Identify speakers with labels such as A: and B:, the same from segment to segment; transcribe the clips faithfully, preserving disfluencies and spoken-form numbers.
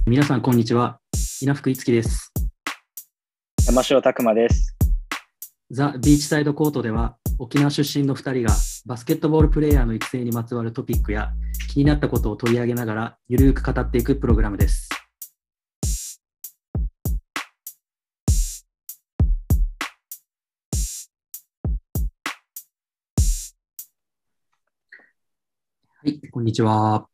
A: 皆さん、こんにちは。稲福いつきです。
B: 山城拓磨です。
A: ザ・ビーチサイドコートでは、沖縄出身のふたりがバスケットボールプレーヤーの育成にまつわるトピックや気になったことを取り上げながら、ゆるく語っていくプログラムです。はい、こんにちは。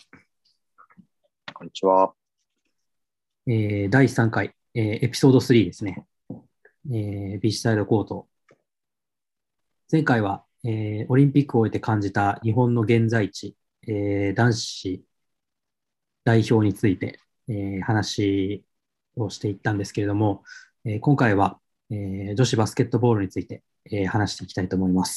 B: こんにちは。
A: えー、だいさんかい、えーエピソードスリーですね。えービーチサイドコート。前回は、えーオリンピックを終えて感じた日本の現在地、えー男子代表について、えー話をしていったんですけれども、えー今回は、えー女子バスケットボールについて、えー話していきたいと思います。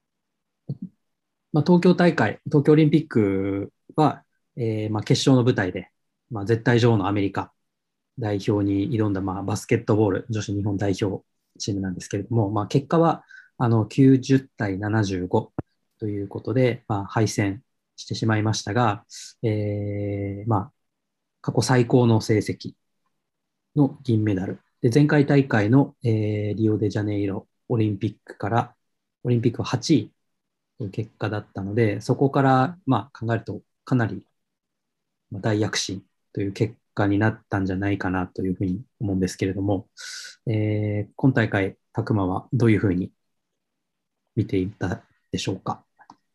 A: まあ、東京大会、東京オリンピックは、えーまあ、決勝の舞台で、まあ、絶対女王のアメリカ代表に挑んだ、まあ、バスケットボール女子日本代表チームなんですけれども、まあ、結果はあのきゅうじゅう対ななじゅうごということで、まあ、敗戦してしまいましたが、えーまあ、過去最高の成績の銀メダル。で、前回大会の、えーリオデジャネイロオリンピックから、オリンピックははちいという結果だったので、そこから、まあ、考えるとかなり大躍進という結果になったんじゃないかなというふうに思うんですけれども、えー今大会、拓磨はどういうふうに見ていたでしょうか。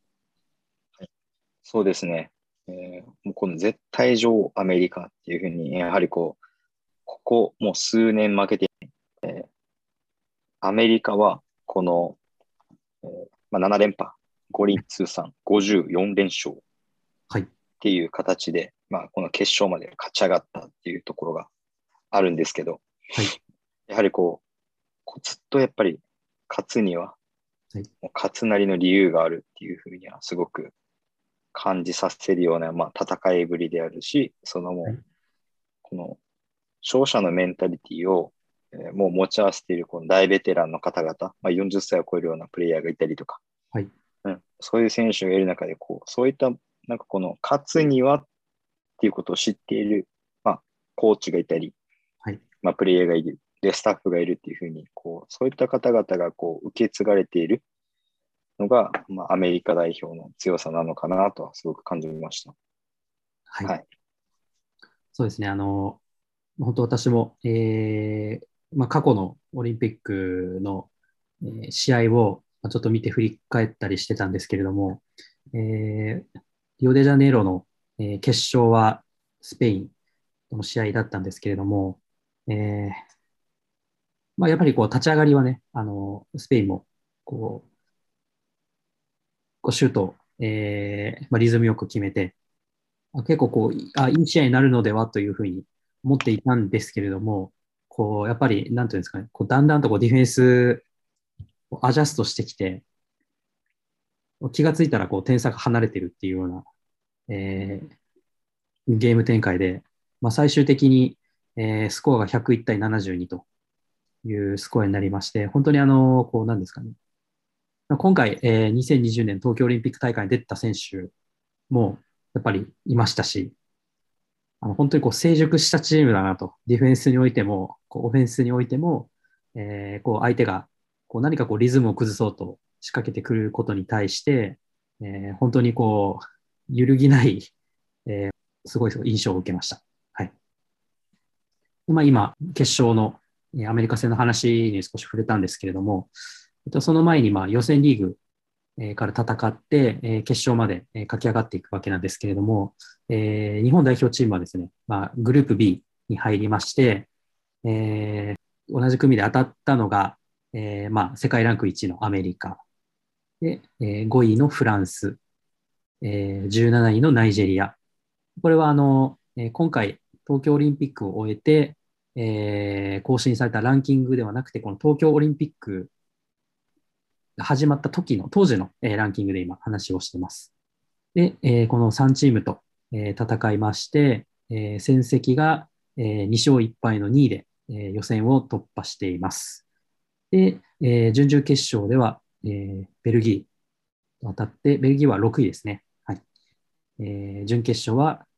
B: そうですね。えーもうこの絶対女王アメリカっていうふうに、やはりこう、ここもう数年負けて、えーアメリカはこの、えーまあ、なな連覇、五輪通算ごじゅうよん連勝っ
A: はい。
B: ていう形で、まあ、この決勝まで勝ち上がったっていうところがあるんですけど、
A: はい。
B: やはりこう、こうずっとやっぱり勝つには、
A: はい。
B: もう勝つなりの理由があるっていうふうにはすごく感じさせるような、まあ、戦いぶりであるし、そのもう、
A: はい。
B: この勝者のメンタリティを、えーもう持ち合わせているこの大ベテランの方々、まあ、よんじゅっさいを超えるようなプレイヤーがいたりとか、
A: はい。
B: うん、そういう選手がいる中でこう、そういったなんかこの勝つにはっていうことを知っている、まあ、コーチがいたり、
A: はい。
B: まあ、プレイヤーがいる、で、スタッフがいるっていうふうに、こう、そういった方々がこう受け継がれているのが、まあ、アメリカ代表の強さなのかなとはすごく感じました。
A: はい。
B: はい。
A: そうですね。あの、本当私も、えーまあ、過去のオリンピックの、えー試合をまあちょっと見て振り返ったりしてたんですけれども、えーリオデジャネイロの、えー決勝はスペインとの試合だったんですけれども、えーまあ、やっぱりこう立ち上がりはね、あのスペインもこうこうシュートを、えーまあ、リズムよく決めて、あ結構こう、あ、いい試合になるのではというふうに思っていたんですけれども、こう、やっぱり、なんていうんですかね、こうだんだんとこうディフェンスをアジャストしてきて、気がついたらこう点差が離れてるっていうような、えーゲーム展開で、まあ、最終的に、えースコアがひゃくいち対ななじゅうにというスコアになりまして、本当にあの、こう、なんですかね、今回、えーにせんにじゅうねん東京オリンピック大会に出た選手もやっぱりいましたし、あの本当にこう成熟したチームだなと、ディフェンスにおいても、こうオフェンスにおいても、えーこう相手がこう何かこうリズムを崩そうと仕掛けてくることに対して、えー本当にこう揺るぎない、すごい印象を受けました。はい。まあ、今、決勝のアメリカ戦の話に少し触れたんですけれども、その前にまあ予選リーグから戦って、えー決勝まで駆け上がっていくわけなんですけれども、えー日本代表チームはですね、まあ、グループ B に入りまして、えー同じ組で当たったのが、えーまあ、世界ランクいちいのアメリカ、で、えーごいのフランス、えーじゅうなないのナイジェリア。これはあの、えー今回東京オリンピックを終えて、えー更新されたランキングではなくて、この東京オリンピックが始まった時の、当時の、えーランキングで今話をしています。で、えーこのさんチームと、えー戦いまして、えー戦績が、えーに勝いっぱいのにいで、えー予選を突破しています。で、えー準々決勝では、えーベルギーと当たって、ベルギーはろくいですね。はい。えー準決勝は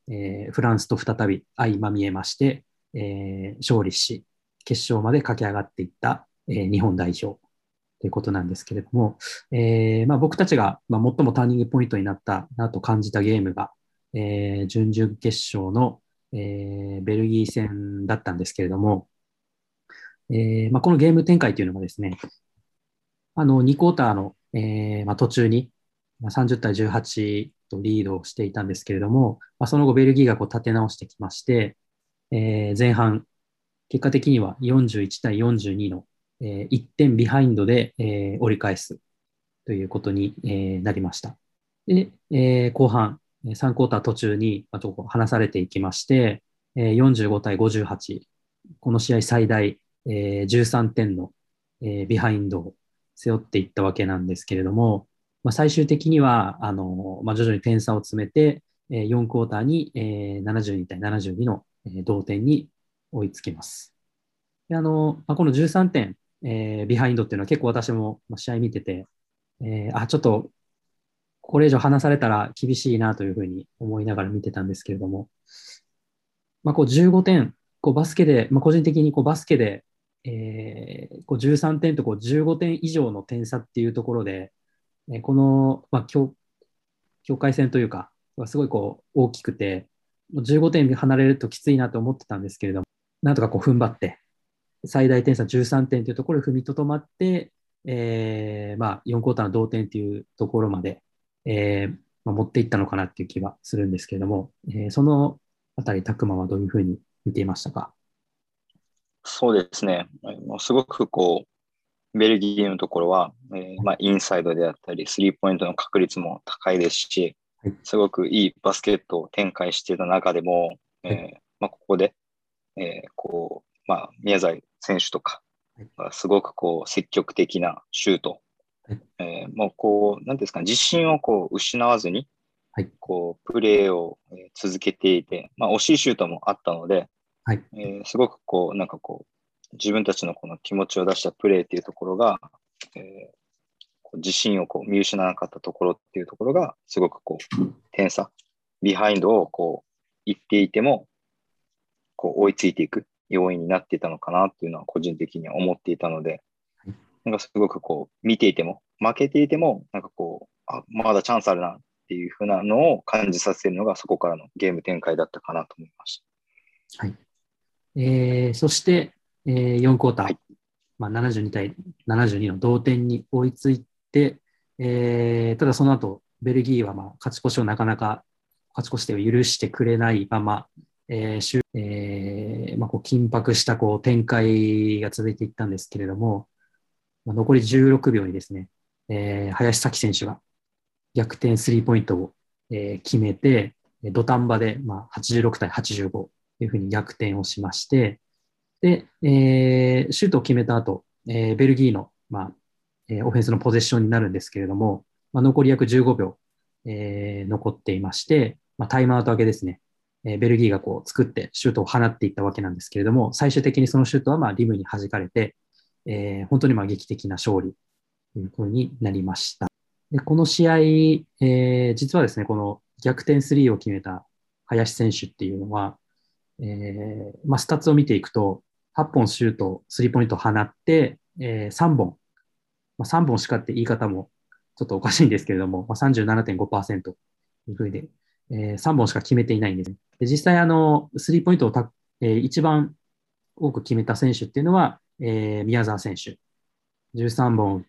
A: えーフランスと再び相まみえまして、えー勝利し、決勝まで駆け上がっていった、えー日本代表ということなんですけれども、えーまあ、僕たちが、まあ、最もターニングポイントになったなと感じたゲームが、えー準々決勝の、えーベルギー戦だったんですけれども、えーまあ、このゲーム展開というのがですね、あの、にクォーターの、えーまあ、途中にまあさんじゅう対じゅうはちとリードをしていたんですけれども、まあ、その後ベルギーがこう立て直してきまして、えー前半、結果的にはよんじゅういち対よんじゅうにの、えーいってんビハインドで、えー折り返すということに、えーなりました。で、えー後半、さんクォーター途中に、まあ、ちょっと離されていきまして、えーよんじゅうご対ごじゅうはち、この試合最大、えーじゅうさんてんの、えービハインドを背負っていったわけなんですけれども、まあ、最終的には、あのまあ、徐々に点差を詰めて、えーよんクォーターに、えーななじゅうに対ななじゅうにの、えー同点に追いつきます。であのまあ、このじゅうさんてん、えービハインドっていうのは結構私もまあ試合見てて、えーあ、ちょっとこれ以上離されたら厳しいなというふうに思いながら見てたんですけれども、まあ、こうじゅうごてん、こうバスケで、まあ、個人的にこうバスケで、えーこうじゅうさんてんとこうじゅうごてん以上の点差っていうところで、えーこの、まあ、境、境界線というか、すごいこう大きくて、もうじゅうごてん離れるときついなと思ってたんですけれども、なんとかこう踏ん張って、最大点差じゅうさんてんというところで踏みとどまって、えーまあ、よんクォーターの同点というところまで、えーまあ、持っていったのかなっていう気はするんですけれども、えーそのあたり、拓磨はどういうふうに見ていましたか？
B: そうですね。もうすごくこう、ベルギーのところは、えーまあ、インサイドであったり、スリーポイントの確率も高いですし、
A: はい、
B: すごくいいバスケットを展開していた中でも、え
A: はい、
B: ーまあ、ここで、えーこう、まあ、宮崎選手とか、
A: はい、
B: すごくこう、積極的なシュート、
A: はい、
B: えーもうこう、なんていうんですか、自信をこう、失わずに、
A: はい、
B: こう、プレーをえー続けていて、まあ、惜しいシュートもあったので、
A: はい、
B: えーすごくこう、なんかこう、自分たちのこの気持ちを出したプレーっていうところが、えーこう自信をこう見失わなかったところっていうところが、すごくこう、点差、ビハインドをこう、言っていても、こう、追いついていく要因になっていたのかなっていうのは個人的には思っていたので、なんかすごくこう、見ていても、負けていても、なんかこう、あ、まだチャンスあるなっていうふうなのを感じさせるのが、そこからのゲーム展開だったかなと思いました。
A: はい。えーそして、えー、よんクォーター、
B: はい。
A: まあ、ななじゅうに対ななじゅうにの同点に追いついて、えーただその後、ベルギーはまあ勝ち越しをなかなか勝ち越してを許してくれないまま、えー終えーまあ、こう緊迫したこう展開が続いていったんですけれども、まあ、残りじゅうろくびょうにですね、えー林咲希選手が逆転スリーポイントを、えー決めて、土壇場で、まあ、はちじゅうろく対はちじゅうごというふうに逆転をしまして、で、えーシュートを決めた後、えーベルギーの、まあえーオフェンスのポゼッションになるんですけれども、まあ、残り約じゅうごびょう、えー残っていまして、まあ、タイムアウト明けですね、えーベルギーがこう作ってシュートを放っていったわけなんですけれども、最終的にそのシュートはまあリムに弾かれて、えー本当にまあ劇的な勝利というふうになりました。でこの試合、えー実はですね、この逆転スリーを決めた林選手っていうのは、えーまあ、スタッツを見ていくと、はっぽんシュート、スリーポイントを放って、えーさんぼん、まあ、さんぼんしかって言い方もちょっとおかしいんですけれども、まあ、さんじゅうななてんごパーセントというふうで、えーさんぼんしか決めていないんですね。で実際、あの、スリーポイントをた、えー一番多く決めた選手っていうのは、えー宮澤選手。じゅうさんぼん打って、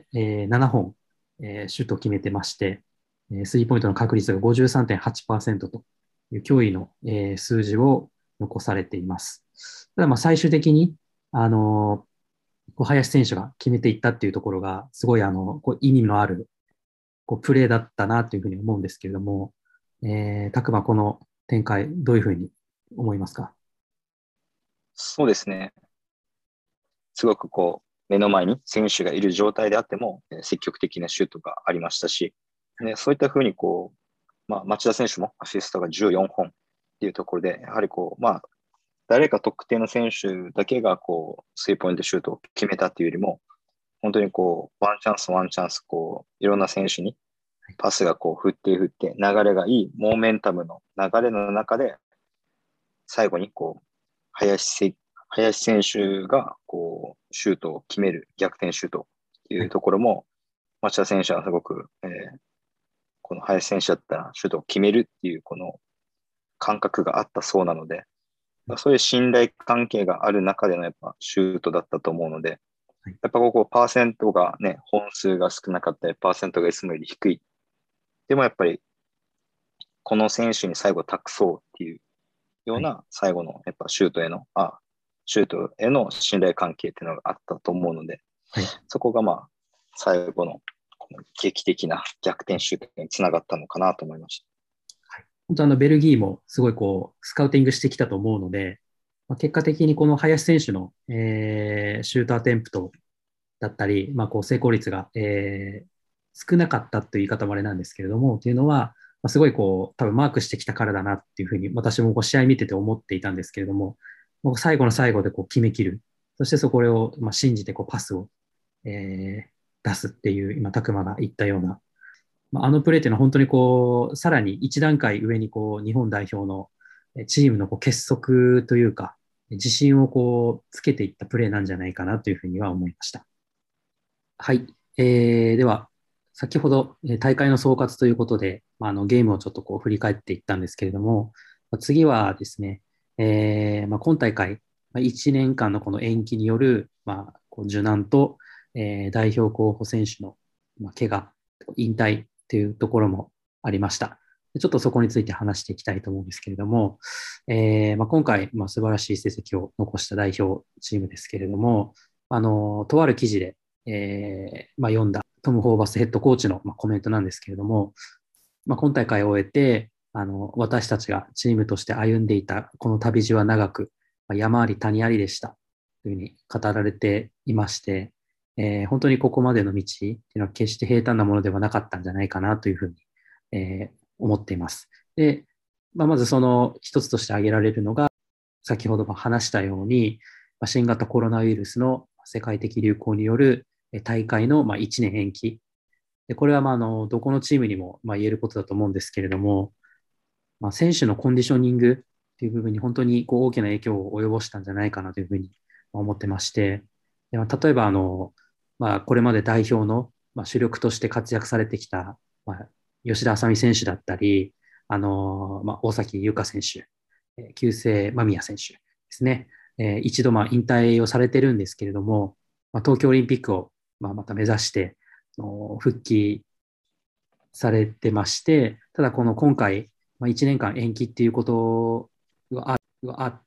A: えーななほん、えーシュートを決めてまして、えースリーポイントの確率がごじゅうさんてんはちパーセントという驚異の、えー数字を残されています。ただまあ最終的に、あのー、小林選手が決めていったっていうところが、すごいあの、こう意味のあるこうプレーだったなというふうに思うんですけれども、えー、たくまこの展開、どういうふうに思いますか？
B: そうですね。すごくこう、目の前に選手がいる状態であっても、えー積極的なシュートがありましたし、ね、そういったふうにこう、まあ、町田選手もアシストがじゅうよんほんっていうところで、やはりこう、まあ、誰か特定の選手だけがこう、スリーポイントシュートを決めたっていうよりも、本当にこう、ワンチャンス、ワンチャンス、こう、いろんな選手にパスがこう振って振って流れがいいモーメンタムの流れの中で最後にこう林せ林選手がこうシュートを決める逆転シュートっていうところも町田選手はすごく、えー、この林選手だったらシュートを決めるっていうこの感覚があったそうなので、そういう信頼関係がある中でのやっぱシュートだったと思うので、やっぱここパーセントがね、本数が少なかったり、パーセントがいつもより低い。でもやっぱり、この選手に最後託そうっていうような最後のやっぱシュートへの、あ、シュートへの信頼関係っていうのがあったと思うので、
A: はい、
B: そこがまあ、最後のこの劇的な逆転シュートにつながったのかなと思いました。
A: 本当あのベルギーもすごいこうスカウティングしてきたと思うので、まあ、結果的にこの林選手の、えーシュートアテンプトだったり、まあ、こう成功率が、えー少なかったという言い方もあれなんですけれども、というのは、まあ、すごいこう多分マークしてきたからだなっていうふうに私もこう試合見てて思っていたんですけれども、もう最後の最後でこう決めきる、そしてそこをまあ信じてこうパスを、えー出すっていう、今、拓磨が言ったような、まあ、あのプレーっていうのは本当にこう、さらに一段階上にこう、日本代表のチームのこう結束というか、自信をこう、つけていったプレーなんじゃないかなというふうには思いました。はい。えー、では、先ほどえー大会の総括ということで、まあ、あのゲームをちょっとこう振り返っていったんですけれども、まあ次はですね、えーまあ、今大会、まあ、いちねんかんのこの延期による、まあ、こう受難と、えー代表候補選手の、まあ、怪我、引退というところもありました。ちょっとそこについて話していきたいと思うんですけれども、えーまあ、今回、まあ、素晴らしい成績を残した代表チームですけれども、あのとある記事で、えーまあ、読んだトム・ホーバスヘッドコーチの、まあ、コメントなんですけれども、まあ、今大会を終えて、あの私たちがチームとして歩んでいたこの旅路は長く、まあ、山あり谷ありでしたというふうに語られていまして、えー本当にここまでの道っていうのは決して平坦なものではなかったんじゃないかなというふうに、えー思っています。で、まあ、まずその一つとして挙げられるのが、先ほども話したように、まあ新型コロナウイルスの世界的流行による大会のまあいちねん延期。でこれはまああのどこのチームにもまあ言えることだと思うんですけれども、まあ、選手のコンディショニングっていう部分に本当にこう大きな影響を及ぼしたんじゃないかなというふうに思ってまして、でまあ、例えばあの、まあ、これまで代表の、まあ、主力として活躍されてきた、まあ、吉田麻美選手だったり、あのまあ、大崎優香選手、えー旧姓間宮選手ですね、えー一度まあ引退をされてるんですけれども、まあ、東京オリンピックをまあまた目指しての復帰されてまして、ただこの今回、まあ、いちねんかん延期っていうことがあがあって、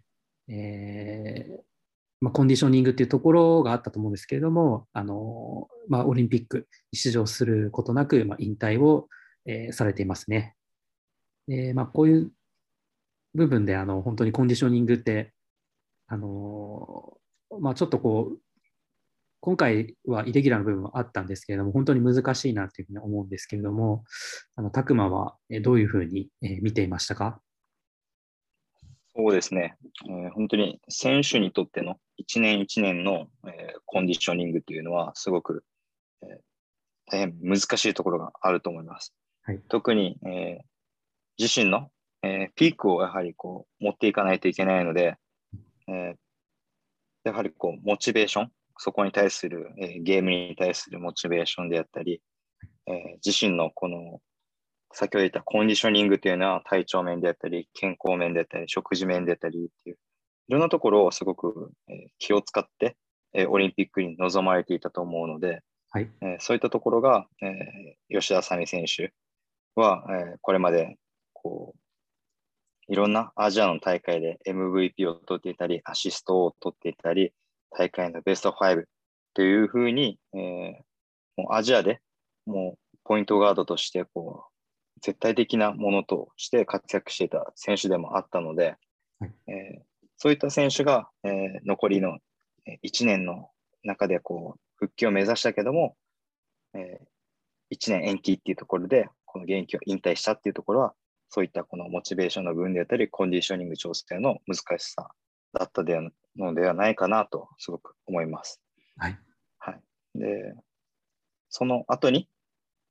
A: えーまあ、コンディショニングっていうところがあったと思うんですけれども、あのまあ、オリンピックに出場することなく、まあ、引退を、えーされていますね。でまあ、こういう部分であの本当にコンディショニングって、あのまあ、ちょっとこう今回はイレギュラーの部分はあったんですけれども、本当に難しいなというふうに思うんですけれども、あの、拓磨はどういうふうに見ていましたか？
B: そうですね、えー本当に選手にとっての一年一年の、えーコンディショニングというのはすごく、えー大変難しいところがあると思います。
A: はい。
B: 特に、えー自身の、えーピークをやはりこう持っていかないといけないので、えーやはりこうモチベーション、そこに対する、えーゲームに対するモチベーションであったり、えー自身のこの先ほど言ったコンディショニングというのは体調面であったり、健康面であったり、食事面であったりっていう、いろんなところをすごく、えー気を使って、えーオリンピックに臨まれていたと思うので、
A: はい。
B: えーそういったところが、えー吉田沙保里選手は、えーこれまでこういろんなアジアの大会で エムブイピー を取っていたり、アシストを取っていたり、大会のベストごというふうに、えーもうアジアでもうポイントガードとしてこう絶対的なものとして活躍していた選手でもあったので、
A: はい。
B: えーそういった選手が、えー残りのいちねんの中でこう復帰を目指したけども、えーいちねん延期っていうところで、この現役を引退したっていうところは、そういったこのモチベーションの分であったり、コンディショニング調整の難しさだったのではないかなと、すごく思います。
A: はい。
B: はい。で、その後に、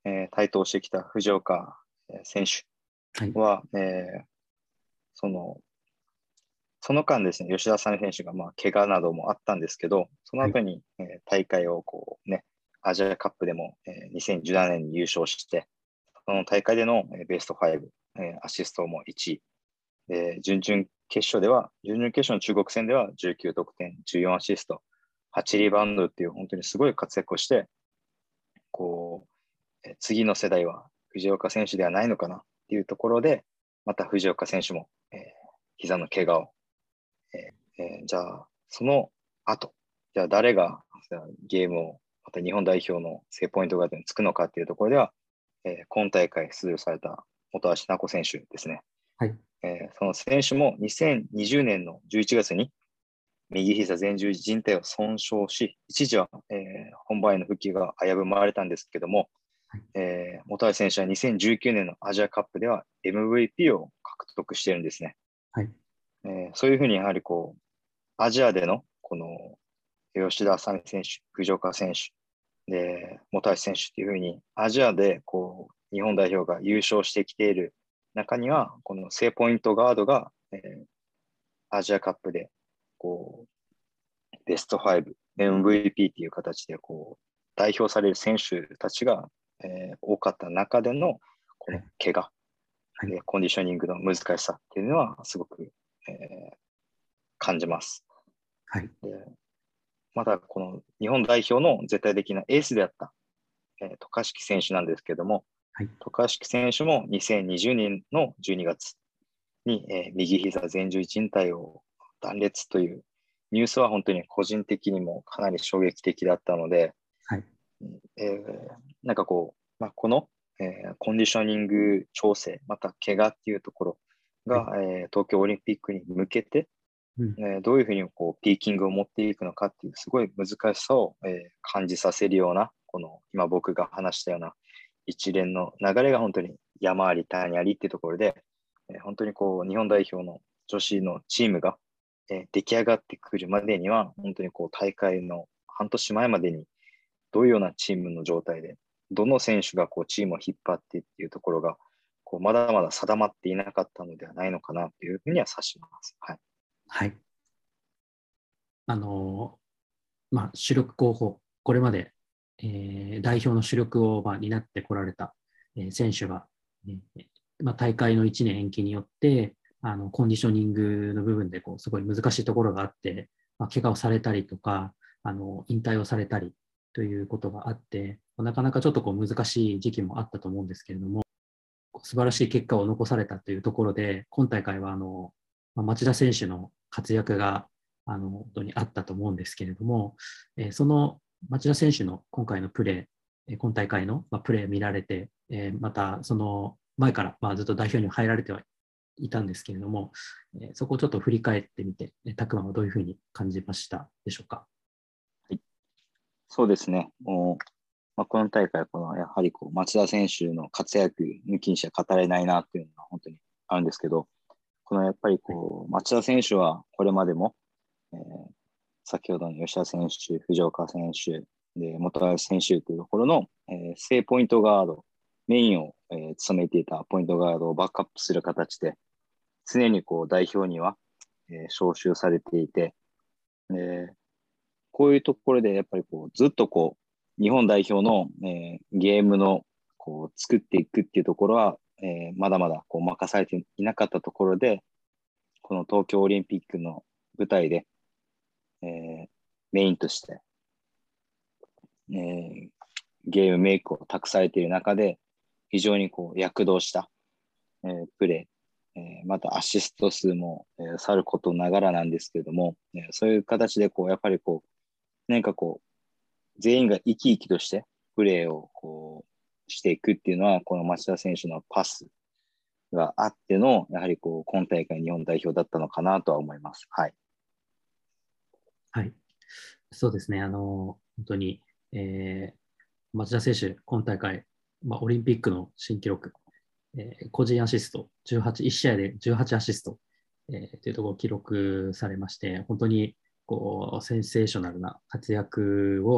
B: えー台頭してきた藤岡えー選手
A: はい。
B: は、えーその、その間ですね、吉田沙保里選手が、まあ、怪我などもあったんですけど、その
A: はい。
B: 後に、えー大会をこうね、アジアカップでも、えーにせんじゅうななねんに優勝して、その大会でのえーベストファイブ、えーアシストもいちい、で、準々決勝では、準々決勝の中国戦ではじゅうきゅう得点、じゅうよんアシスト、はちリバウンドっていう本当にすごい活躍をして、こう、えー次の世代は藤岡選手ではないのかなっていうところで、また藤岡選手も、えー膝の怪我を、えーじゃあ、その後、じゃあ誰がじゃあゲームを、また日本代表の正ポイントガードにつくのかっていうところでは、えー今大会出場された本橋菜子選手ですね。
A: はい。
B: えーその選手もにせんにじゅうねんのじゅういちがつに右膝前十字靭帯を損傷し、一時は、えー本番への復帰が危ぶまれたんですけども、
A: はい。
B: えー、本橋選手はにせんじゅうきゅうねんのアジアカップでは エムブイピー を獲得しているんですね。
A: はい。
B: えーそういうふうにやはりこう、アジアでのこの吉田沙保里選手、藤岡選手、で、本橋選手っていうふうに、アジアでこう、日本代表が優勝してきている中には、この正ポイントガードが、えーアジアカップで、こう、ベストファイブ、エムブイピー っていう形で、こう、代表される選手たちが、えー多かった中での、この
A: はい。
B: 怪我、
A: はい。
B: で、コンディショニングの難しさっていうのは、すごく、えー感じます。
A: はい。
B: で、また、この日本代表の絶対的なエースであった、えー、渡嘉敷選手なんですけども、
A: はい。
B: 渡嘉敷選手もにせんにじゅうねんのじゅうにがつに、えー右膝前十字靭帯を断裂というニュースは本当に個人的にもかなり衝撃的だったので、
A: はい。
B: えーなんかこう、まあ、この、えーコンディショニング調整、また怪我っていうところ
A: はい。
B: が、えー東京オリンピックに向けて、
A: うん。
B: えーどういうふうにこうピーキングを持っていくのかっていうすごい難しさを、えー感じさせるような、この今僕が話したような一連の流れが本当に山あり谷ありっていうところで、えー本当にこう日本代表の女子のチームが、えー出来上がってくるまでには、本当にこう大会の半年前までにどういうようなチームの状態で、どの選手がこうチームを引っ張ってっていうところが、こうまだまだ定まっていなかったのではないのかなというふうには察します。はい。
A: はい。あのーまあ、主力候補、これまで、えー代表の主力を、まあ、担ってこられた、えー選手が、えーまあ、大会のいちねん延期によって、あのコンディショニングの部分でこうすごい難しいところがあって、まあ、怪我をされたりとか、あの引退をされたりということがあって、なかなかちょっとこう難しい時期もあったと思うんですけれども、素晴らしい結果を残されたというところで、今大会はあの、まあ町田選手の活躍があの本当にあったと思うんですけれども、えーその町田選手の今回のプレー、えー今大会の、まあ、プレー見られて、えーまたその前から、まあ、ずっと代表に入られてはいたんですけれども、えーそこをちょっと振り返ってみて、えー拓磨はどういうふうに感じましたでしょうか。
B: はい、そうですね。もうまあ、この大会、このやはりこう松田選手の活躍抜きにしか語れないなっていうのが本当にあるんですけど、このやっぱり
A: はい。
B: こう松田選手はこれまでも、えー先ほどの吉田選手、藤岡選手、で本橋選手というところの、えー正ポイントガード、メインを、えー務めていたポイントガードをバックアップする形で、常にこう代表には、えー招集されていて、えーこういうところでやっぱりこうずっとこう日本代表の、えーゲームのこう作っていくっていうところは、えーまだまだこう任されていなかったところで、この東京オリンピックの舞台で、えーメインとして、えーゲームメイクを託されている中で、非常にこう躍動した、えープレー、えーまたアシスト数も、えーさることながらなんですけれども、えーそういう形でこうやっぱりこう何かこう全員が生き生きとしてプレーをこうしていくっていうのは、この町田選手のパスがあっての、やはりこう今大会日本代表だったのかなとは思います。はい。
A: はい。そうですね。あの、本当に、えー町田選手、今大会、まあ、オリンピックの新記録、えー個人アシストじゅうはち、いち試合でじゅうはちアシスト、えーというところを記録されまして、本当にこうセンセーショナルな活躍を、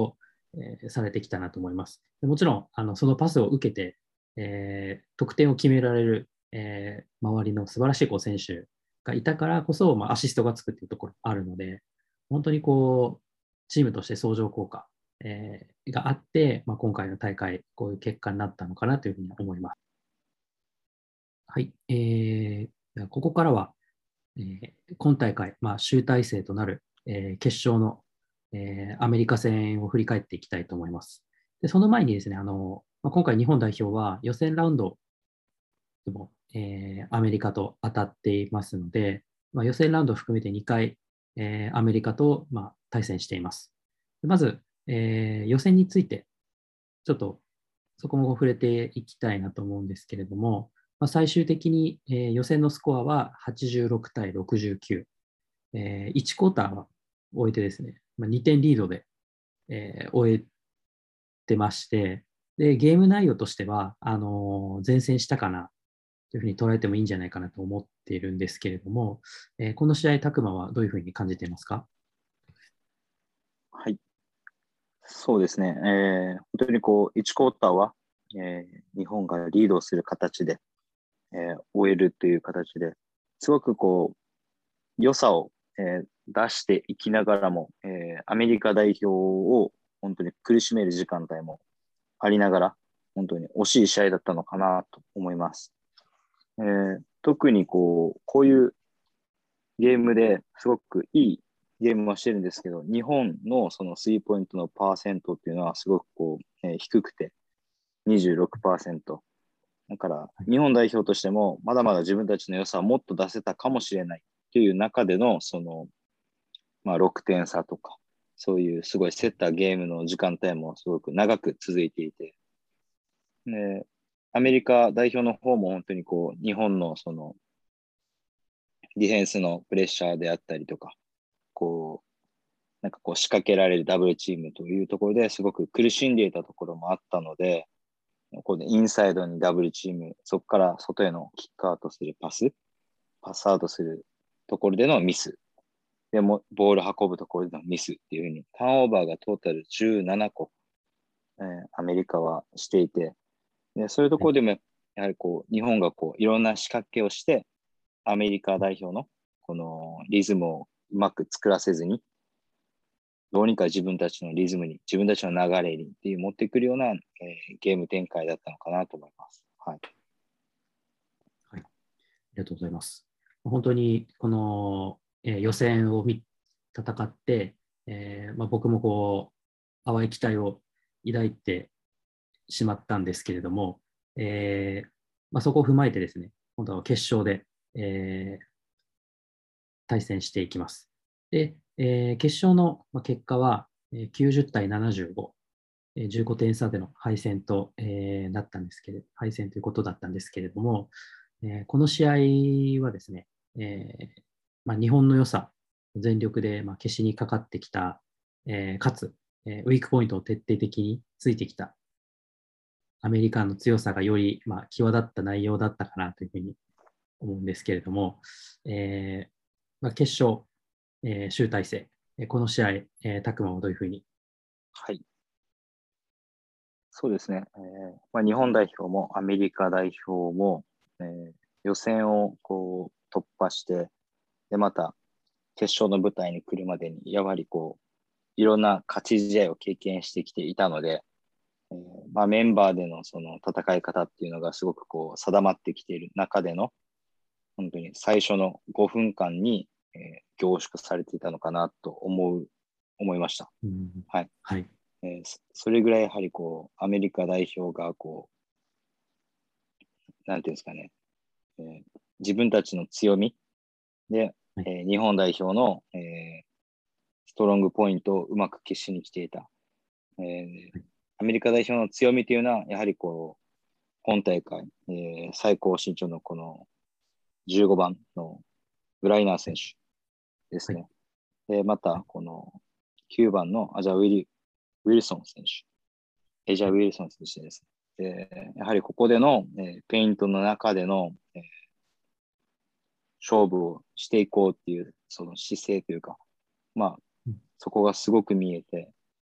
A: えーされてきたなと思います。でもちろん、あのそのパスを受けて、えー得点を決められる、えー周りの素晴らしいこう選手がいたからこそ、まあ、アシストがつくっていうところがあるので、本当にこう、チームとして相乗効果、えーがあって、まあ、今回の大会、こういう結果になったのかなというふうに思います。はい。えーではここからは、えー今大会、まあ、集大成となる、えー決勝の、えーアメリカ戦を振り返っていきたいと思います。で、その前にですね、あの、まあ、今回日本代表は予選ラウンドでも、えーアメリカと当たっていますので、まあ、予選ラウンドを含めてにかい、えーアメリカと、まあ、対戦しています。でまず、えー予選について、ちょっとそこも触れていきたいなと思うんですけれども、まあ、最終的に、えー予選のスコアははちじゅうろく対ろくじゅうきゅう、えーいちクォーターは終えてですね、まあ、にてんリードで、えー終えてまして、で、ゲーム内容としては、あのー前線したかなというふうに捉えてもいいんじゃないかなと思っているんですけれども、えーこの試合、拓磨はどういうふうに感じていますか？
B: はい。そうですね。えー本当にこう、いちクォーターは、えー日本がリードする形で、えー終えるという形で、すごくこう、良さを、えー出していきながらも、えーアメリカ代表を本当に苦しめる時間帯もありながら、本当に惜しい試合だったのかなと思います。えー特にこう、こういうゲームですごくいいゲームはしてるんですけど、日本のそのスリーポイントのパーセントっていうのはすごくこう、えー低くてにじゅうろくパーセント。だから
A: はい。
B: 日本代表としてもまだまだ自分たちの良さをもっと出せたかもしれないという中でのその、まあ、ろくてん差とか、そういうすごい競ったゲームの時間帯もすごく長く続いていて、でアメリカ代表の方も本当にこう日本のそのディフェンスのプレッシャーであったりとか、こうなんかこう仕掛けられるダブルチームというところですごく苦しんでいたところもあったので、ここでインサイドにダブルチーム、そこから外へのキックアウトするパス、パスアウトするところでのミス、でもボール運ぶところでのミスっていうふうに、ターンオーバーがトータルじゅうななこ、えーアメリカはしていて、でそういうと
A: はい。
B: ころでもやはりこう日本がこういろんな仕掛けをして、アメリカ代表のこのリズムをうまく作らせずに、どうにか自分たちのリズムに、自分たちの流れにっていう持ってくるような、えーゲーム展開だったのかなと思います。はい。
A: はい。ありがとうございます。本当に、この、えー予選を見戦って、えーまあ、僕もこう、淡い期待を抱いてしまったんですけれども、えーまあ、そこを踏まえてですね、今度は決勝で、えー対戦していきます。で、えー決勝のまあ結果は、えーきゅうじゅう対ななじゅうご、えーじゅうごてん差での敗戦と、えーなったんですけれど、敗戦ということだったんですけれども、えーこの試合はですね、えーまあ、日本の良さ、全力でまあ消しにかかってきた、えーかつ、えーウィークポイントを徹底的についてきたアメリカの強さがより、まあ、際立った内容だったかなというふうに思うんですけれども、えーまあ、決勝、えー集大成、えーこの試合、えー、タクマはどういうふうに？
B: はい。そうですね。えーまあ、日本代表もアメリカ代表も、えー予選をこう突破して、で、また決勝の舞台に来るまでに、やはりこう、いろんな勝ち試合を経験してきていたので、えーまあ、メンバーでのその戦い方っていうのがすごくこう定まってきている中での、本当に最初のごふんかんに、えー凝縮されていたのかなと思う、思いました。
A: うん、
B: はい。
A: はい。
B: えーそれぐらいやはりこう、アメリカ代表がこう、なんていうんですかね、えー自分たちの強みで、
A: はい。
B: えー日本代表の、えーストロングポイントをうまく消しに来ていた。えー
A: はい。
B: アメリカ代表の強みというのは、やはりこう、今大会、えー最高身長のこのじゅうごばんのグライナー選手です
A: はい。
B: ね。で、また、
A: はい。
B: このきゅうばんのアジャ・ウィリウィルソン選手。エイジャー・ウィルソン選手ですね。で、やはりここでの、えーペイントの中での、えー勝負をしていこうっていう、その姿勢というか、まあ、
A: うん。
B: そこがすごく見えて、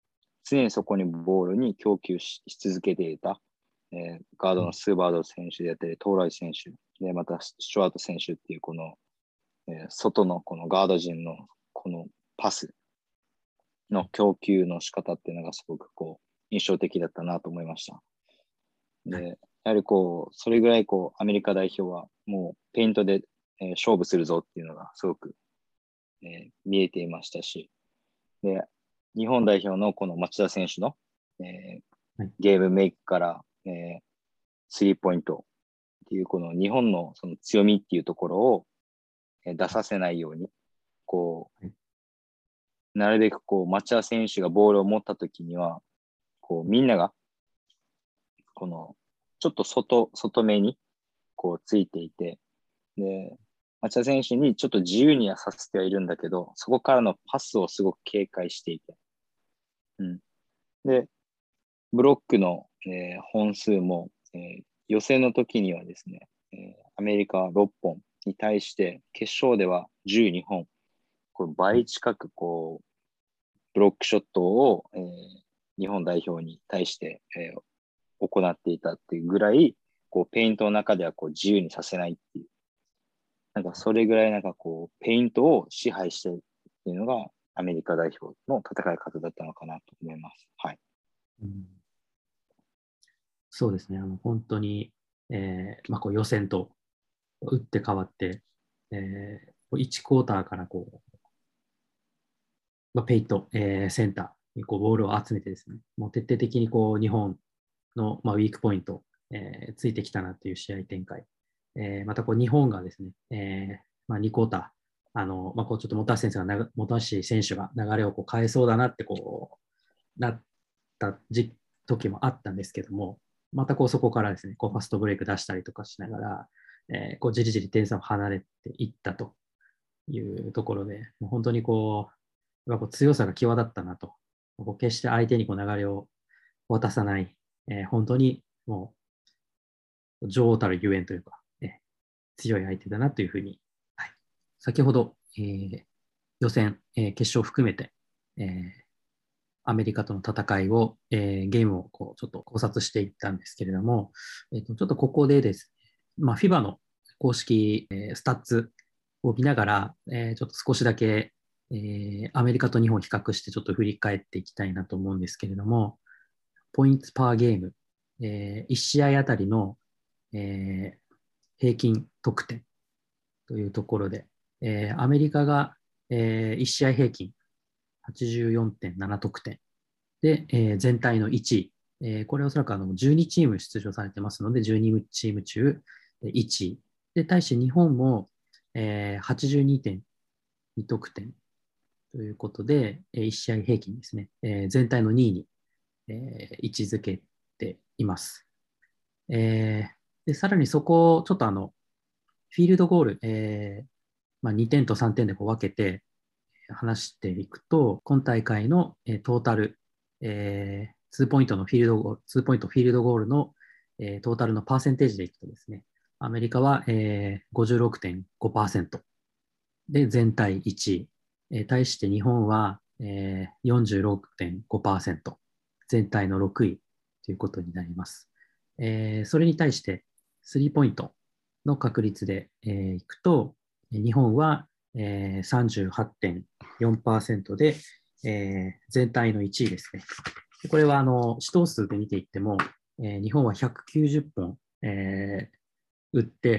B: 常にそこにボールに供給 し, し続けていた、えー、ガードのスーバード選手であったり、トーライ選手、でまたスチュワート選手っていうこの、えー、外のこのガード陣のこのパスの供給の仕方っていうのがすごくこう印象的だったなと思いました。で、やはりこう、それぐらいこう、アメリカ代表はもうペイントで、えー、勝負するぞっていうのがすごく、えー、見えていましたし、で、日本代表のこの町田選手の、えーはい、ゲームメイクから、えー、スリーポイントっていうこの日本のその強みっていうところを、えー、出させないように、こう、はい、なるべくこう町田選手がボールを持ったときには、こうみんながこのちょっと外、外目にこうついていて、で、町田選手にちょっと自由にはさせてはいるんだけど、そこからのパスをすごく警戒していて、うん、で、ブロックの、えー、本数も、えー、予選の時にはですね、えー、アメリカはろっぽんに対して決勝ではじゅうにほん、これ倍近くこうブロックショットを、えー、日本代表に対して、えー、行っていたっていうぐらい、こうペイントの中ではこう自由にさせないっていう、なんかそれぐらいなんかこうペイントを支配してるっていうのがアメリカ代表の戦い方だったのかなと思います。はい。
A: うん、そうですね。あの本当に、えーまあ、こう予選と打って変わって、えー、いちクォーターからこう、まあ、ペイント、えー、センターにこうボールを集めてですね、もう徹底的にこう日本の、まあ、ウィークポイント、えー、ついてきたなという試合展開。えー、またこう日本がですね、えーまあ、にクォーター、あのまあ、こうちょっと本橋選手がな本橋選手が流れをこう変えそうだなってこうなった時時もあったんですけども、またこうそこからですね、こうファストブレイク出したりとかしながら、えー、こうじりじり点差を離れていったというところで、もう本当にこう、やっぱこう強さが際立ったなと。こう決して相手にこう流れを渡さない、えー、本当にもう女王たるゆえんというか、えー、強い相手だなというふうに、はい、先ほど、えー、予選、えー、決勝を含めて、えー、アメリカとの戦いを、えー、ゲームをこうちょっと考察していったんですけれども、えー、とちょっとここでですね、まあ、フィバ の公式、えー、スタッツを見ながら、えー、ちょっと少しだけ、えー、アメリカと日本を比較してちょっと振り返っていきたいなと思うんですけれども、ポイントパーゲーム、えー、いち試合あたりの、えー、平均得点というところで、えー、アメリカが、えー、いち試合平均はちじゅうよんてんなな得点で、えー、全体のいちい、えー、これおそらくあのじゅうにチーム出場されてますので、じゅうにチーム中いちい。で、対して日本も、えー、はちじゅうにてんに得点ということで、いち試合平均ですね、えー、全体のにいに、えー、位置づけています。えー、でさらにそこをちょっとあの、フィールドゴール、えーまあ、にてんとさんてんでこう分けて話していくと、今大会の、えー、トータル、えー、にポイントのフィールドゴール、にポイントフィールドゴールの、えー、トータルのパーセンテージでいくとですね、アメリカは、えー、ごじゅうろくてんごパーセントで全体いちい、えー、対して日本は、えー、よんじゅうろくてんごパーセント、全体のろくいということになります。えー、それに対して、スリーポイントの確率で、えー、いくと、日本は、えー、さんじゅうはちてんよんパーセントで、えー、全体のいちいですね。これはあの試投数で見ていっても、えー、日本はひゃくきゅうじゅっぽん、えー、打って、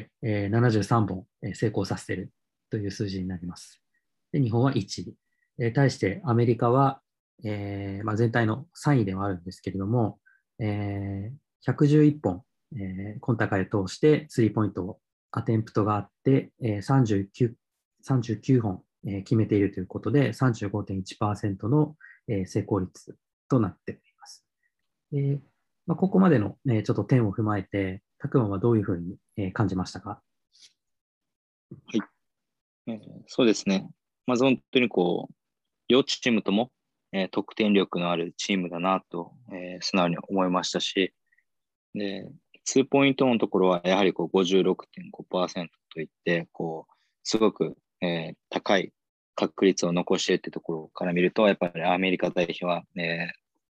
A: えー、ななじゅうさんぼん、えー、成功させているという数字になります。で日本はいちい。えー、対してアメリカは、えーまあ、全体のさんいではあるんですけれども、えー、ひゃくじゅういっぽん、えー、今大会を通してスリーポイントをアテンプトがあって、えー、さんじゅうきゅう、さんじゅうきゅうほん、えー、決めているということで さんじゅうごてんいちパーセント の、えー、成功率となっています。でまあ、ここまでの、ね、ちょっと点を踏まえて、たくまはどういうふうに、えー、感じましたか？
B: はい。えー、そうですね。まず本当にこう、両チームとも、えー、得点力のあるチームだなと、えー、素直に思いましたし、で、ツーポイントのところはやはりこう ごじゅうろくてんごパーセント といって、こう、すごく、えー、高い確率を残しているというところから見ると、やっぱりアメリカ代表は、えー、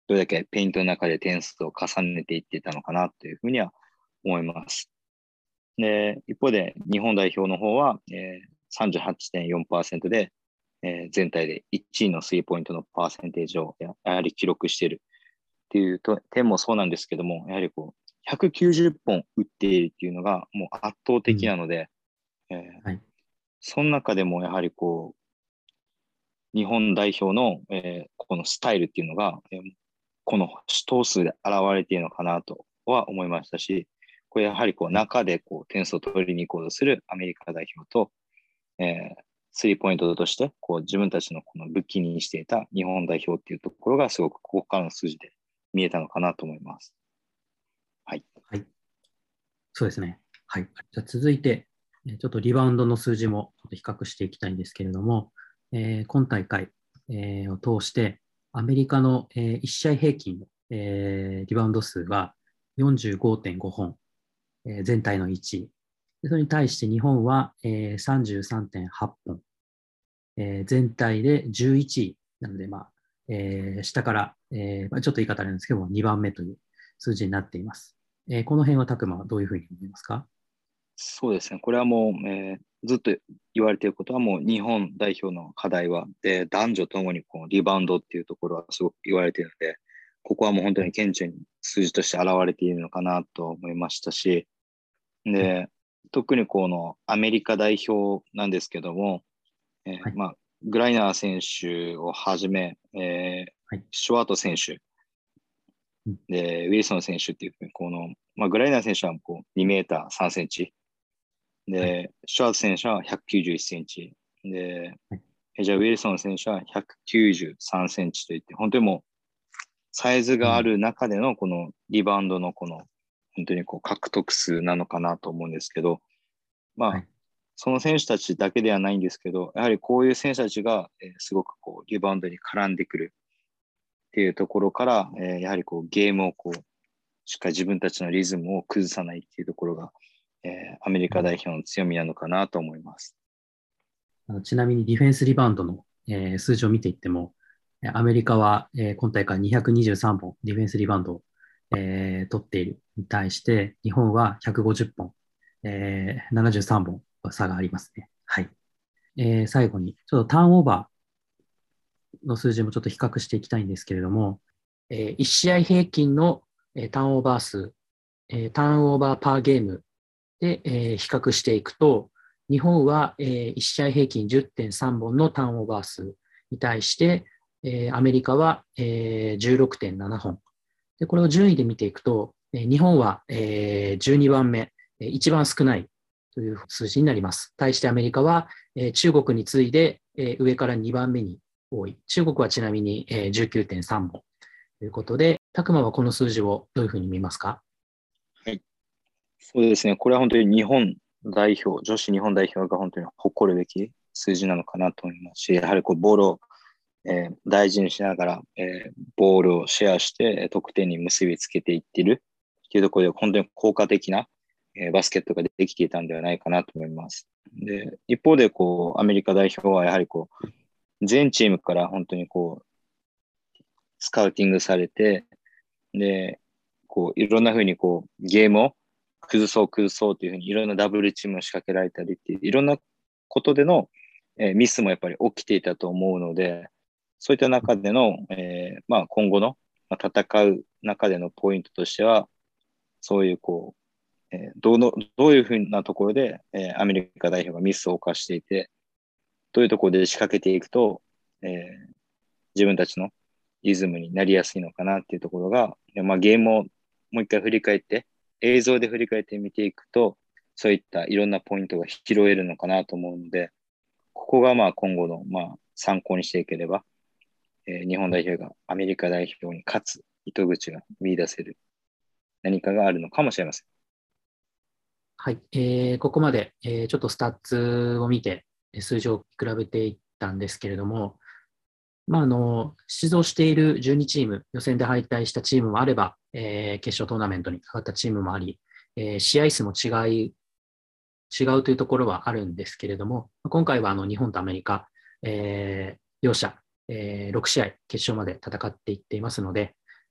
B: どれだけペイントの中で点数を重ねていってたのかなというふうには思います。で、一方で日本代表の方は、えー、さんじゅうはちてんよんパーセント で、えー、全体でいちいのスリーポイントのパーセンテージをややはり記録しているっていうと点もそうなんですけども、やはりこう、ひゃくきゅうじゅっぽん打っているっていうのがもう圧倒
A: うん。
B: 的なので、えー、
A: はい。
B: その中でもやはりこう、日本代表の、えー、このスタイルっていうのが、えー、この投数で現れているのかなとは思いましたし、これやはりこう
A: はい。
B: 中でこう点数を取りに行こうとするアメリカ代表と、えー、スリーポイントとしてこう自分たちのこの武器にしていた日本代表っていうところがすごくここからの数字で見えたのかなと思います。はい。
A: はい。そうですね。はい。じゃあ続いて、えちょっとリバウンドの数字もちょっと比較していきたいんですけれども、えー今大会、えーを通して、アメリカの、えーいち試合平均の、えーリバウンド数はよんじゅうごてんごほん、えー全体のいちい。でそれに対して日本は、えー、さんじゅうさんてんはち本、えー全体でじゅういちいなので、まあえー下から、えーまあ、ちょっと言い方あるんですけども、にばんめという数字になっています。えーこの辺は、拓磨はどういうふうに思いますか？
B: そうですね。これはもう、えーずっと言われていることはもう日本代表の課題は、で、男女ともにこうリバウンドっていうところはすごく言われているので、ここはもう本当
A: はい。
B: に顕著に数字として現れているのかなと思いましたし、
A: はい。
B: で、特にこのアメリカ代表なんですけども、えー
A: はい。
B: まあ、グライナー選手をはじめ、えー
A: はい。
B: シュワート選手、
A: うん。
B: で、ウィルソン選手っていうふうに、この、まあ、グライナー選手はこうにメーターさんセンチ、
A: はい。
B: で、シュワート選手はひゃくきゅうじゅういっセンチ、で、
A: はい。
B: じゃあウィルソン選手はひゃくきゅうじゅうさんセンチといって、本当にもうサイズ
A: うん。
B: がある中でのこのリバウンドのこの本当にこう獲得数なのかなと思うんですけど、まあ、
A: はい。
B: その選手たちだけではないんですけど、やはりこういう選手たちが、えーすごくこうリバウンドに絡んでくるっていうところから、えーやはりこうゲームをこうしっかり自分たちのリズムを崩さないっていうところが、えーアメリ
A: うん。
B: カ代表の強みなのかなと思います。
A: あのちなみにディフェンスリバウンドの、えー数字を見ていっても、えーアメリカは、えー今大会にひゃくにじゅうさんぼんディフェンスリバウンドを、えー取っているに対して、日本はひゃくごじゅっぽん、えーななじゅうさんぼん差がありますね。はい。えー最後に、ちょっとターンオーバーの数字もちょっと比較していきたいんですけれども、えーいち試合平均の、えーターンオーバー数、えーターンオーバーパーゲームで、えー比較していくと、日本は、えーいち試合平均じゅってんさんぼんのターンオーバー数に対して、えーアメリカは、えーじゅうろくてんななほん。で、これを順位で見ていくと、えー日本は、えーじゅうにばんめ、えー一番少ないという数字になります。対してアメリカは、えー中国に次いで、えー上からにばんめに多い。中国はちなみに、えーじゅうきゅうてんさんぼんということで、たくまはこの数字をどういうふうに見ますか？
B: はい。そうですね。これは本当に日本代表、女子日本代表が本当に誇るべき数字なのかなと思いますし、やはりこうボールを、えー大事にしながら、えーボールをシェアして得点に結びつけていっているっていうところで本当に効果的な、えーバスケットができていたんではないかなと思います。で、一方でこうアメリカ代表はやはりこう全チームから本当にこうスカウティングされて、で、こう、いろんな風にこう、ゲームを崩そう崩そうというふうにいろんなダブルチームを仕掛けられたりっていう、いろんなことでの、えーミスもやっぱり起きていたと思うので、そういった中での、えーまあ今後の、まあ、戦う中でのポイントとしては、そういうこう、えーどの、どういうふうなところで、えーアメリカ代表がミスを犯していて、どういうところで仕掛けていくと、えー自分たちのリズムになりやすいのかなっていうところが、まあ、ゲームをもう一回振り返って、映像で振り返って見ていくと、そういったいろんなポイントが拾えるのかなと思うので、ここがまあ今後のまあ参考にしていければ、えー日本代表がアメリカ代表に勝つ糸口が見出せる何かがあるのかもしれません。
A: はい。えーここまで、えーちょっとスタッツを見て、えー数字を比べていったんですけれども、まあ、あの、出場しているじゅうにチーム、予選で敗退したチームもあれば、えー決勝トーナメントに上がったチームもあり、えー試合数も違い、違うというところはあるんですけれども、今回はあの日本とアメリカ、えー両者、えーろく試合決勝まで戦っていっていますので、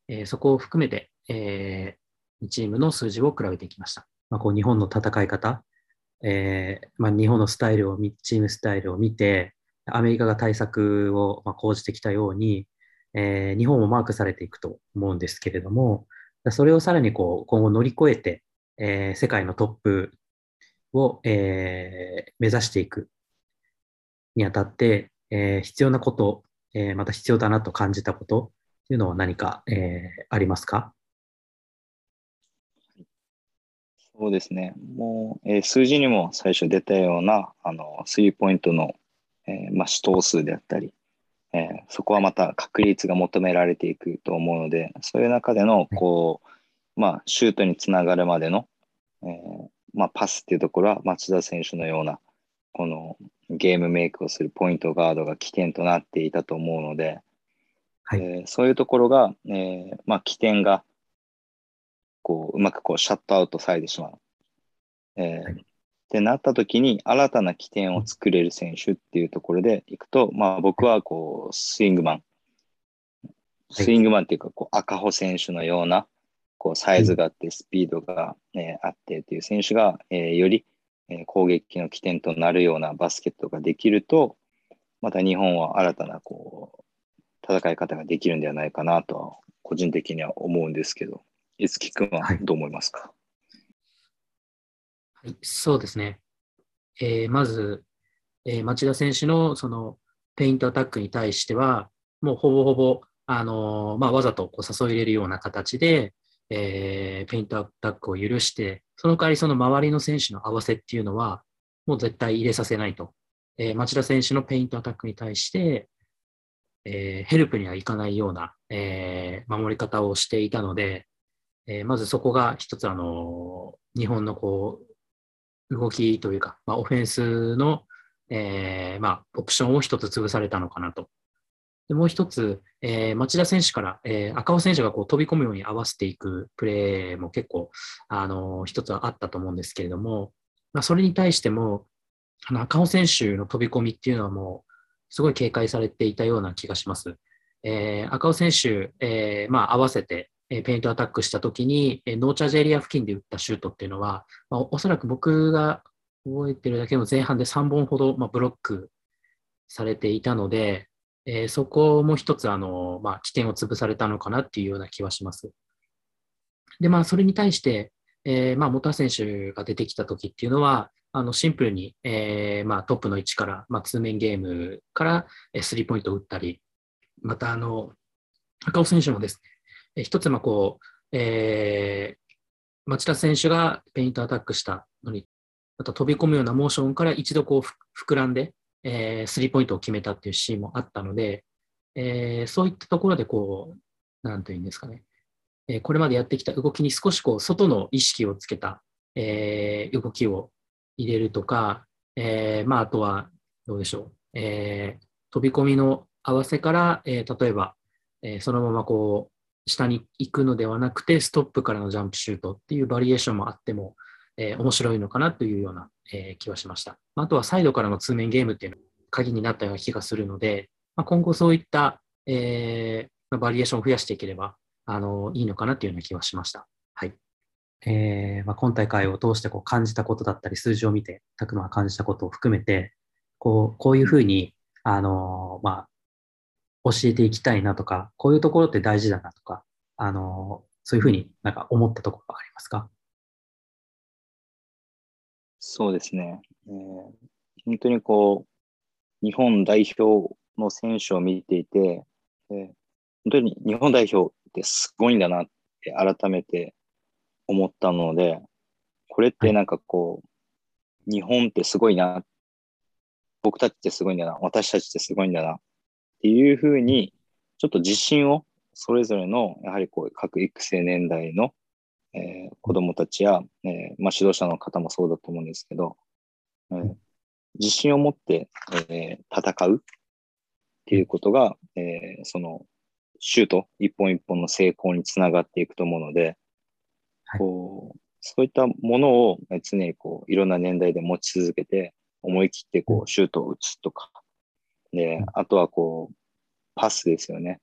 A: えーそこを含めて、えー、チームの数字を比べていきました。まあ、こう日本の戦い方、えーまあ、日本のスタイルを見、チームスタイルを見て、アメリカが対策をまあ講じてきたように、えー日本もマークされていくと思うんですけれども、それをさらにこう今後乗り越えて、えー世界のトップを、えー目指していくにあたって、えー必要なこと、えーまた必要だなと感じたことっていうのは何か、えーありますか？
B: そうですね。もう、えー数字にも最初出たような、あの、スリーポイントの、えーまあ、試投数であったり、えーそこはまた確率が求められていくと思うので、そういう中での、
A: はい。
B: こう、まあ、シュートにつながるまでの、えーまあ、パスっていうところは町田選手のような、このゲームメイクをするポイントガードが起点となっていたと思うので、
A: はい。
B: えーそういうところが、えーまあ、起点がこううまくこうシャットアウトされてしまう。えーっ
A: はい。
B: てなった時に新たな起点を作れる選手っていうところでいくと、まあ、僕はこうスイングマン、
A: はい。
B: スイングマンっていうかこう赤穂選手のようなこうサイズがあってスピードが、えーあってっていう選手が、えーより、えー攻撃の起点となるようなバスケットができると、また日本は新たなこう戦い方ができるんではないかなとは個人的には思うんですけど、いつきくんは
A: はい。
B: どう思いますか？
A: はい。そうですね。えーまず、えー町田選手のそのペイントアタックに対しては、もうほぼほぼ、あのーまあ、わざとこう誘い入れるような形で、えーペイントアタックを許して、その代わりその周りの選手の合わせっていうのは、もう絶対入れさせないと。えー町田選手のペイントアタックに対して、えーヘルプにはいかないような、えー守り方をしていたので、えーまずそこが一つ、あのー日本のこう動きというか、まあ、オフェンスの、えーまあ、オプションを一つ潰されたのかなと。でもう一つ、えー町田選手から、えー赤尾選手がこう飛び込むように合わせていくプレーも結構、あのー一つはあったと思うんですけれども、まあ、それに対しても、あの赤尾選手の飛び込みっていうのはもう、すごい警戒されていたような気がします。えー赤尾選手、えーまあ、合わせて、えーペイントアタックしたときに、えーノーチャージエリア付近で打ったシュートっていうのは、まあ、おそらく僕が覚えてるだけの前半でさんぼんほど、まあ、ブロックされていたので、えーそこも一つ、あの、まあ、起点を潰されたのかなっていうような気はします。で、まあ、それに対して、えーまあ、本田選手が出てきた時っていうのは、あのシンプルに、えーまあ、トップの位置から、まあ、通面ゲームからえースリーポイントを打ったり、また、あの、赤尾選手もですね、えー一つ、まあ、こう、えー町田選手がペイントアタックしたのに、また飛び込むようなモーションから一度こう膨らんで、えースリーポイントを決めたっていうシーンもあったので、えーそういったところでこう、なんというんですかね、えーこれまでやってきた動きに少しこう外の意識をつけた、えー動きを入れるとか、えーまあ、あとはどうでしょう、えー飛び込みの合わせから、えー例えば、えーそのままこう下に行くのではなくてストップからのジャンプシュートっていうバリエーションもあっても、えー面白いのかなというような、えー気はしました。あとはサイドからの通面ゲームっていうのが鍵になったような気がするので、まあ、今後そういった、えーバリエーションを増やしていければあの、いいのかなというような気はしました。はい。えーまあ、今大会を通してこう感じたことだったり、数字を見て、たくまが感じたことを含めて、こう、こういうふうに、あのーまあ、教えていきたいなとか、こういうところって大事だなとか、あのーそういうふうになんか思ったところがありますか？
B: そうですね。えー本当にこう、日本代表の選手を見ていて、えー本当に日本代表ってすごいんだなって改めて思ったので、これっ
A: はい。
B: てなんかこう、日本ってすごいな、僕たちってすごいんだな、私たちってすごいんだなっていうふうに、ちょっと自信をそれぞれの、やはりこう、各育成年代の、えー子供たちや、えーまあ、指導者の方もそうだと思うんですけど、えー自信を持って、えー戦うっていうことが、えーその、シュート一本一本の成功につながっていくと思うので、
A: はい。
B: こう、そういったものを常にこう、いろんな年代で持ち続けて、思い切ってこう、シュートを打つとか、で、あとはこう、パスですよね。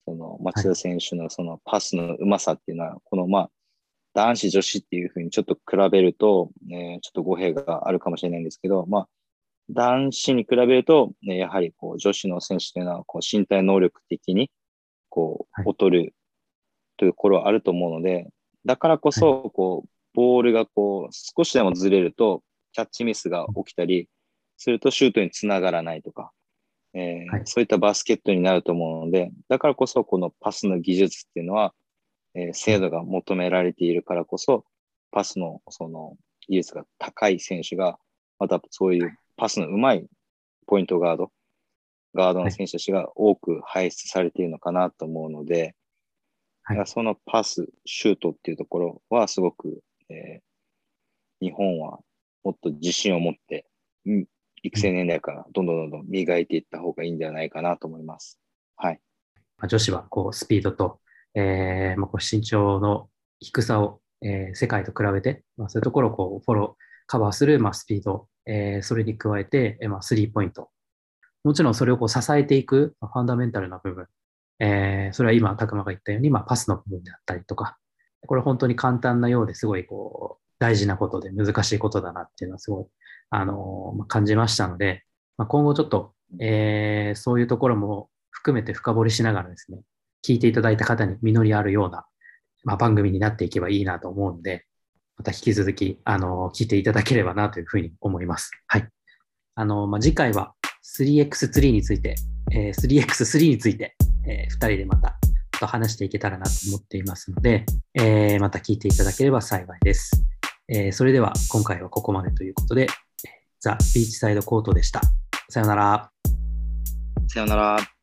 B: その町田選手のそのパスのうまさっていうのは、このまあ、男子女子っていうふうにちょっと比べると、ね、ちょっと語弊があるかもしれないんですけど、まあ、男子に比べると、ね、やはりこう女子の選手というのはこう身体能力的にこう劣るというところはあると思うので、だからこそこうボールがこう少しでもずれるとキャッチミスが起きたりするとシュートにつながらないとか、えーはい、そういったバスケットになると思うので、だからこそこのパスの技術っていうのは、えー、精度が求められているからこそ、パスのその技術が高い選手が、またそういうパスのうまいポイントガード、ガードの選手たちが多く輩出されているのかなと思うので、はい、そのパス、シュートっていうところはすごく、えー、日本はもっと自信を持って、育成年代からどんどんどんどん磨いていった方がいいんではないかなと思います。はい。
A: 女子はこうスピードと、えーまあ、こう身長の低さを、えー、世界と比べて、まあ、そういうところをこうフォロー、カバーする、まあ、スピード、えー、それに加えて、えーまあ、スリーポイント。もちろんそれをこう支えていく、まあ、ファンダメンタルな部分。えー、それは今、拓磨が言ったように、まあ、パスの部分であったりとか、これ本当に簡単なようですごいこう大事なことで難しいことだなっていうのはすごい、あのーまあ、感じましたので、まあ、今後ちょっと、えー、そういうところも含めて深掘りしながらですね、聞いていただいた方に実りあるような、まあ、番組になっていけばいいなと思うので、また引き続き、あのー、聞いていただければなというふうに思います。はい。あのー、まあ、次回は スリーエックススリー について、えー、スリーエックススリー について、えー、ふたりでまたと話していけたらなと思っていますので、えー、また聞いていただければ幸いです。えー、それでは今回はここまでということで、ザ・ビーチサイドコートでした。さよなら。
B: さよなら。